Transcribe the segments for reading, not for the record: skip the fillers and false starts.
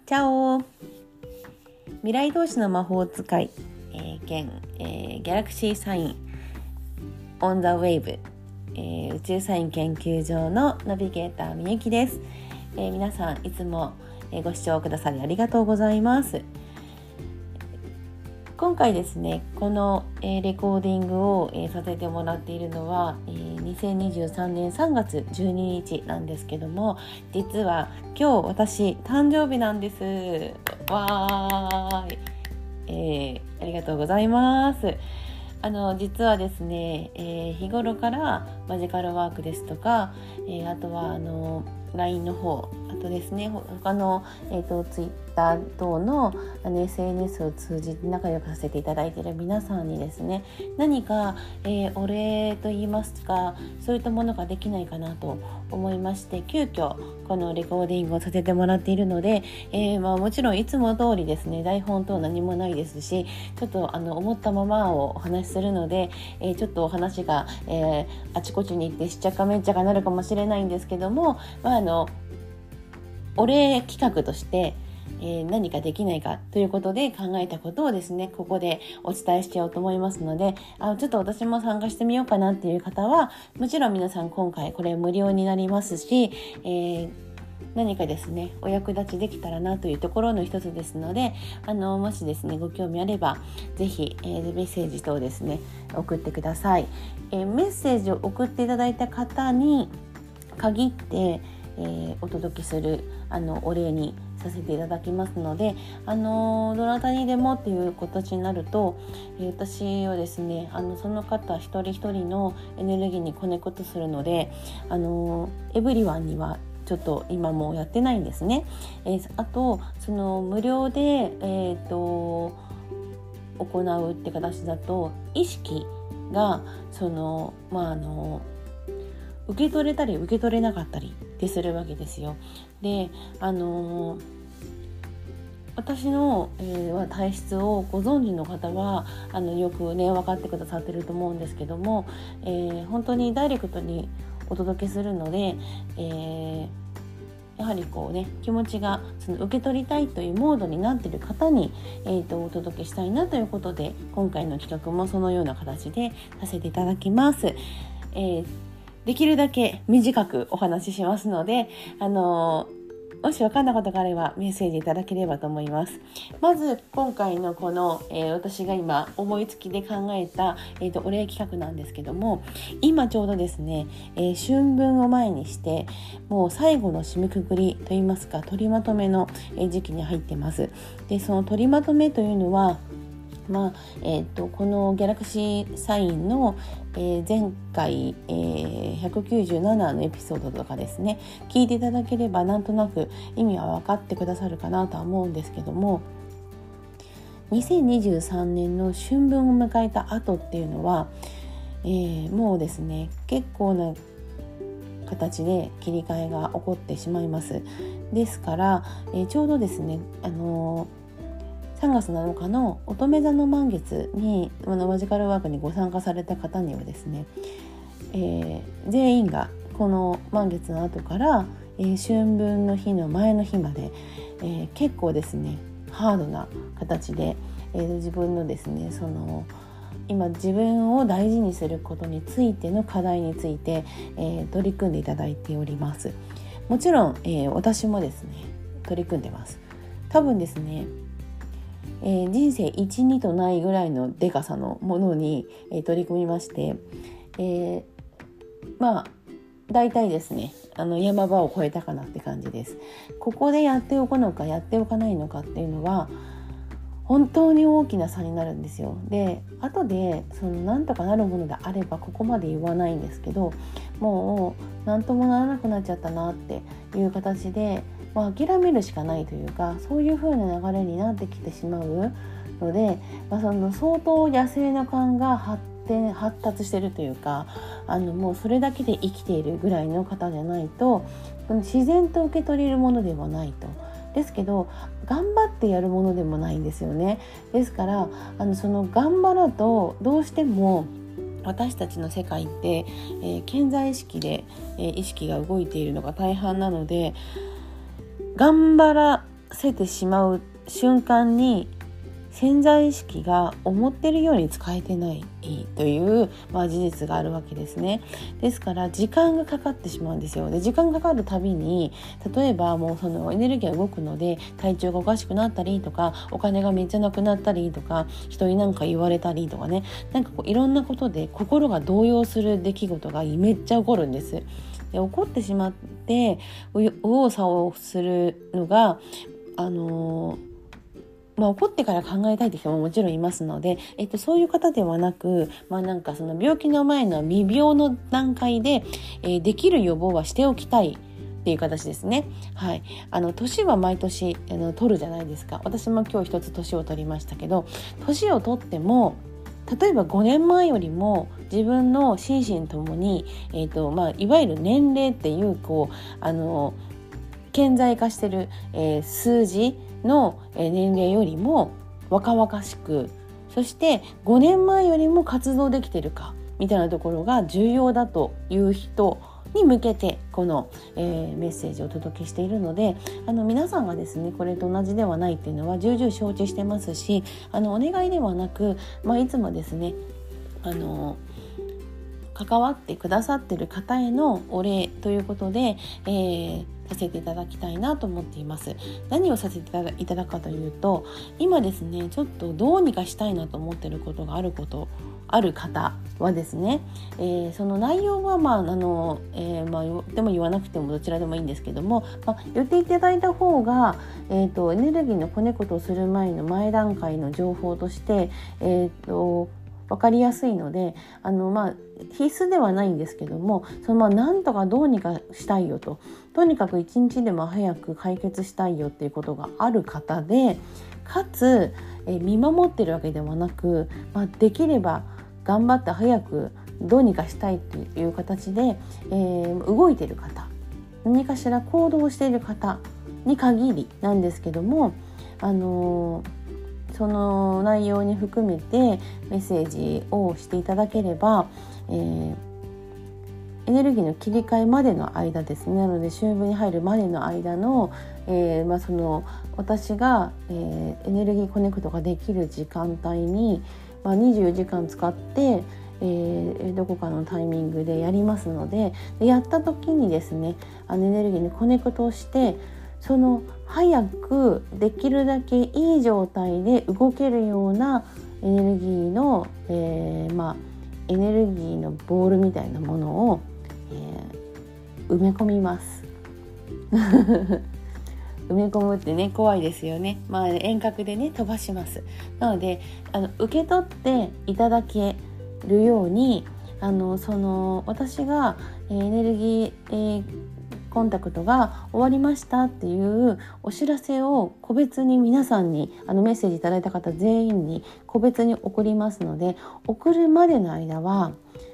チャオ。未来同士の魔法使い、兼、ギャラクシーサインオンザウェーブ、宇宙サイン研究所のナビゲーターみゆきです。皆さんいつもご視聴くださりありがとうございます。今回ですね、このレコーディングをさせてもらっているのは2023年3月12日なんですけども、実は今日私誕生日なんです。わーい、ありがとうございます。実はですね、日頃からマジカルワークですとか、あとはLINE の方、あとですね他の、Twitter 等の、SNS を通じて仲良くさせていただいている皆さんにですね、何か、お礼と言いますか、そういったものができないかなと思いまして、急遽このレコーディングをさせてもらっているので、もちろんいつも通りですね、台本等何もないですし、ちょっと思ったままをお話しするので、ちょっとお話が、あちこちに行ってしっちゃかめっちゃかなるかもしれないんですけども、お礼企画として、何かできないかということで考えたことをですね、ここでお伝えしようと思いますので、ちょっと私も参加してみようかなっていう方は、もちろん皆さん今回これ無料になりますし、何かですねお役立ちできたらなというところの一つですので、もしですねご興味あればぜひ、メッセージ等ですね送ってください。メッセージを送っていただいた方に限って、お届けするお礼にさせていただきますので、どなたにでもっていう形になると、私はですねその方一人一人のエネルギーにコネクトするので、エブリワンにはちょっと今もうやってないんですね。あとその無料で、行うって形だと意識が受け取れたり受け取れなかったりってするわけですよ。で、私の、体質をご存知の方はよくね分かってくださってると思うんですけども、本当にダイレクトにお届けするので、やはり気持ちが受け取りたいというモードになっている方に、お届けしたいなということで、今回の企画もそのような形でさせていただきます。できるだけ短くお話ししますので、もし分かんなことがあればメッセージいただければと思います。まず今回のこの、私が今思いつきで考えた、お礼企画なんですけども、今ちょうどですね、春分を前にしてもう最後の締めくくりといいますか、取りまとめの時期に入ってます。で、その取りまとめというのはこのギャラクシーサインの、前回、197のエピソードとかですね聞いていただければなんとなく意味は分かってくださるかなとは思うんですけども、2023年の春分を迎えた後っていうのは、もうですね結構な形で切り替えが起こってしまいます。ですから、ちょうどですね3月7日の乙女座の満月にマジカルワークにご参加された方にはですね、全員がこの満月の後から、春分の日の前の日まで、結構ですねハードな形で、自分のですね今自分を大事にすることについての課題について、取り組んでいただいております。もちろん、私もですね取り組んでます。多分ですね人生 1,2 とないぐらいのでかさのものに、取り組みまして、大体ですね山場を越えたかなって感じです。ここでやっておくのかやっておかないのかっていうのは本当に大きな差になるんですよ。で、後でなんとかなるものであればここまで言わないんですけど、もうなんともならなくなっちゃったなっていう形で、諦めるしかないというか、そういう風な流れになってきてしまうので、相当野生の感が発達してるというか、もうそれだけで生きているぐらいの方じゃないと自然と受け取れるものではないと。ですけど頑張ってやるものでもないんですよね。ですからその頑張るとどうしても私たちの世界って、潜在意識で、意識が動いているのが大半なので、頑張らせてしまう瞬間に潜在意識が思ってるように使えてないという、事実があるわけですね。ですから時間がかかってしまうんですよ。で時間がかかるたびに、例えばもうそのエネルギーが動くので体調がおかしくなったりとか、お金がめっちゃなくなったりとか、人になんか言われたりとかね、いろんなことで心が動揺する出来事がめっちゃ起こるんです。で起こってしまって右往左往するのが起こってから考えたいという人ももちろんいますので、そういう方ではなく、その病気の前の未病の段階で、できる予防はしておきたいっていう形ですね。はい。年は毎年取るじゃないですか。私も今日一つ年を取りましたけど、年を取っても例えば5年前よりも自分の心身ともに、いわゆる年齢っていう顕在化してる、数字の年齢よりも若々しく、そして5年前よりも活動できてるかみたいなところが重要だという人に向けてこの、メッセージをお届けしているので、皆さんがですねこれと同じではないっていうのは重々承知してますし、お願いではなく、いつもですね関わってくださっている方へのお礼ということで、させていただきたいなと思っています。何をさせていただくかというと、今ですねちょっとどうにかしたいなと思っていることがある方はですね、その内容は言っても言わなくてもどちらでもいいんですけども、言っていただいた方が、エネルギーのコネクトをする前の前段階の情報として分かりやすいので、必須ではないんですけども、なんとかどうにかしたいよとにかく一日でも早く解決したいよっていうことがある方で、かつ、見守ってるわけではなく、できれば頑張って早くどうにかしたいっていう形で、動いている方、何かしら行動している方に限りなんですけども、その内容に含めてメッセージをしていただければ、エネルギーの切り替えまでの間ですね、なので秋分に入るまでの間の、その私が、エネルギーコネクトができる時間帯に、24時間使って、どこかのタイミングでやりますので、やった時にですねエネルギーにコネクトをして、その早くできるだけいい状態で動けるようなエネルギーの、エネルギーのボールみたいなものを、埋め込みます埋め込むってね怖いですよね。遠隔でね飛ばします。なので受け取っていただけるように私がエネルギー、コンタクトが終わりましたっていうお知らせを個別に皆さんにメッセージいただいた方全員に個別に送りますので、送るまでの間は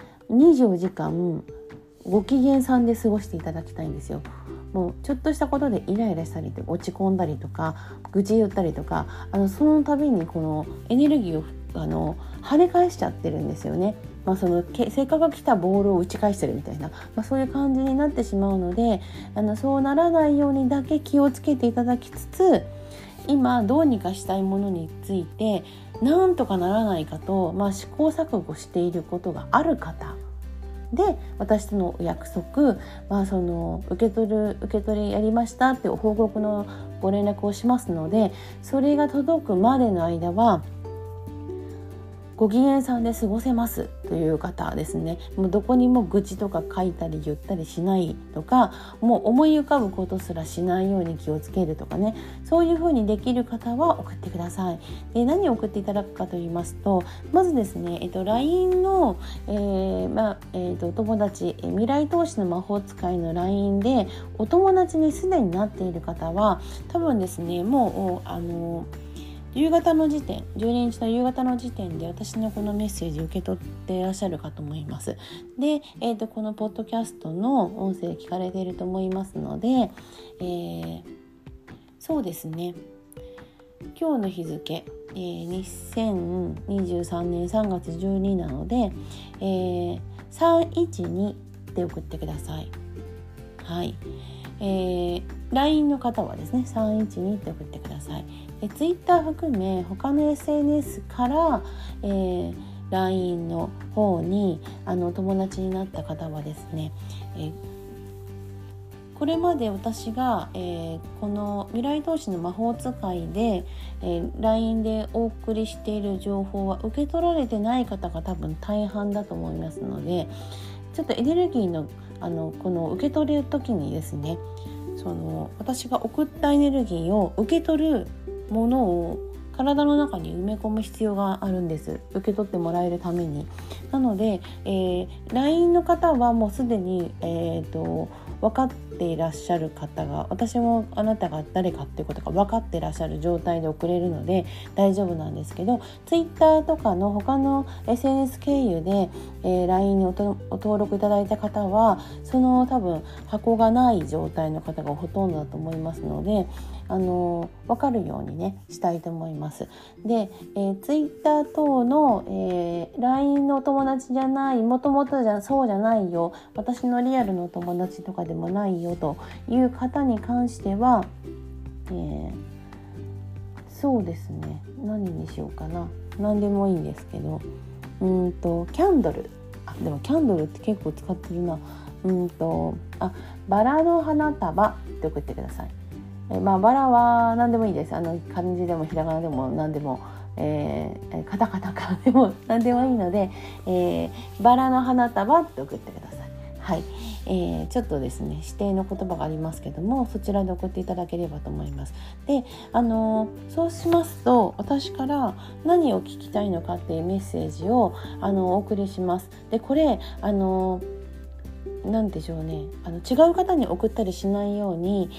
24時間ご機嫌さんで過ごしていただきたいんですよ。もうちょっとしたことでイライラしたり落ち込んだりとか愚痴言ったりとかその度にこのエネルギーを跳ね返しちゃってるんですよね。せっかく来たボールを打ち返してるみたいな、そういう感じになってしまうのでそうならないようにだけ気をつけていただきつつ、今どうにかしたいものについてなんとかならないかと、試行錯誤していることがある方で、私とのお約束、受け取りやりましたって報告のご連絡をしますので、それが届くまでの間はご機嫌さんで過ごせますという方ですね。もうどこにも愚痴とか書いたり言ったりしないとか、もう思い浮かぶことすらしないように気をつけるとかね、そういう風にできる方は送ってください。で、何を送っていただくかと言いますと、まずですね、LINE の、お友達、未来投資の魔法使いの LINE でお友達にすでになっている方は多分ですね、もう夕方の時点、12日の夕方の時点で私のこのメッセージを受け取っていらっしゃるかと思います。で、このポッドキャストの音声聞かれていると思いますので、そうですね、今日の日付、2023年3月12なので、312で送ってください。はい。 LINE の方はですね312って送ってください。で Twitter 含め他の SNS から、LINE の方に友達になった方はですね、これまで私が、この未来投資の魔法使いで、LINE でお送りしている情報は受け取られてない方が多分大半だと思いますので、ちょっとエネルギーの、この受け取る時にですね、私が送ったエネルギーを受け取るものを体の中に埋め込む必要があるんです。受け取ってもらえるために。なので、LINE の方はもうすでに、分かっていらっしゃる方が、私もあなたが誰かっていうことが分かってらっしゃる状態で送れるので大丈夫なんですけど、 Twitter とかの他の SNS 経由で、LINE にお登録いただいた方はその多分箱がない状態の方がほとんどだと思いますので、分かるようにねしたいと思います。で、Twitter 等の、LINE のお友達じゃない、もともとそうじゃないよ、私のリアルのお友達とかでもないよという方に関しては、そうですね、何にしようかな、何でもいいんですけど、キャンドル、でもキャンドルって結構使ってるな、バラの花束って送ってください。バラは何でもいいです。漢字でもひらがなでも何でも、カタカタカでも何でもいいので、バラの花束って送ってください。はい、ちょっとですね指定の言葉がありますけども、そちらで送っていただければと思います。で、そうしますと私から何を聞きたいのかっていうメッセージをお送りします。でこれなんでしょうね、違う方に送ったりしないように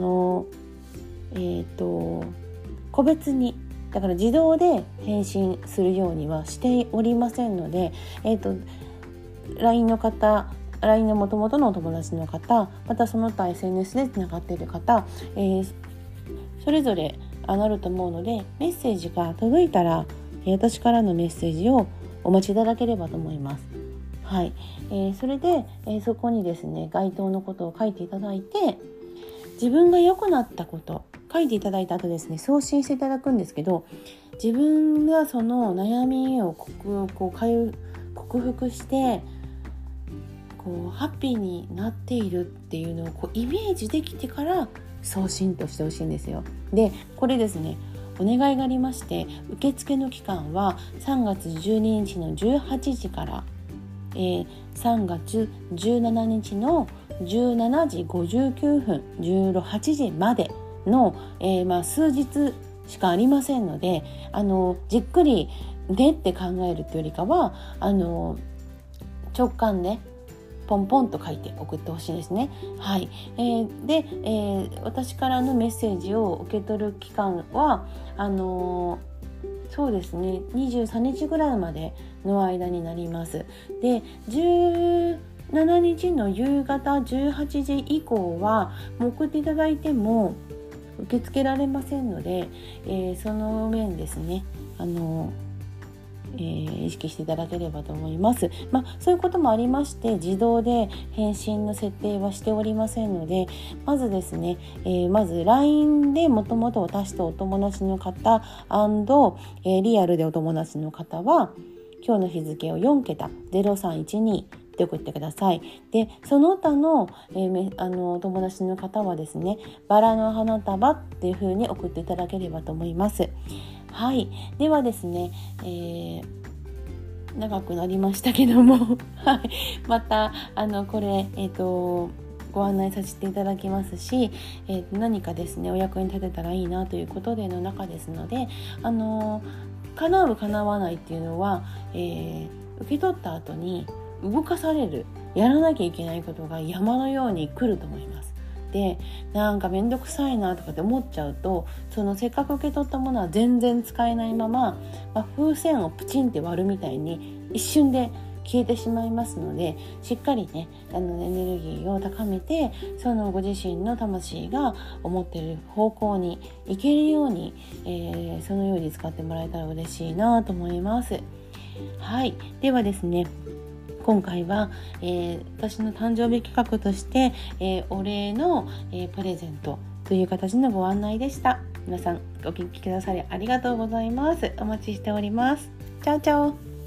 個別に、だから自動で返信するようにはしておりませんので、LINE の方、LINE の元々のお友達の方、またその他 SNS でつながっている方、それぞれなると思うので、メッセージが届いたら私からのメッセージをお待ちいただければと思います。はい、それで、そこにですね該当のことを書いていただいて、自分が良くなったこと書いていただいた後ですね、送信していただくんですけど、自分がその悩みを克服してハッピーになっているっていうのをイメージできてから送信としてほしいんですよ。でこれですね、お願いがありまして、受付の期間は3月12日の18時から、3月17日の17時59分18時までの、数日しかありませんので、じっくりねって考えるというよりかは直感でポンポンと書いて送ってほしいですね。はい、で、私からのメッセージを受け取る期間はそうですね23日ぐらいまでの間になります。で17日の夕方18時以降はもう送っていただいても受け付けられませんので、その面ですね意識していただければと思います。そういうこともありまして自動で返信の設定はしておりませんので、まずですね、まず LINE でもともと私とお友達の方&、リアルでお友達の方は今日の日付を4桁0312って送ってください。でその他の、お友達の方はですね、バラの花束っていう風に送っていただければと思います。はい、ではですね、長くなりましたけどもはい、またこれご案内させていただきますし、何かですねお役に立てたらいいなということでの中ですので、叶う叶わないっていうのは、受け取った後に動かされる、やらなきゃいけないことが山のように来ると思います。でなんかめんどくさいなとかって思っちゃうと、そのせっかく受け取ったものは全然使えないまま、風船をプチンって割るみたいに一瞬で消えてしまいますので、しっかりねエネルギーを高めて、そのご自身の魂が思っている方向に行けるように、そのように使ってもらえたら嬉しいなと思います。はい、ではですね今回は、私の誕生日企画として、お礼の、プレゼントという形のご案内でした。皆さんお聞きくださりありがとうございます。お待ちしております。チャオチャオ。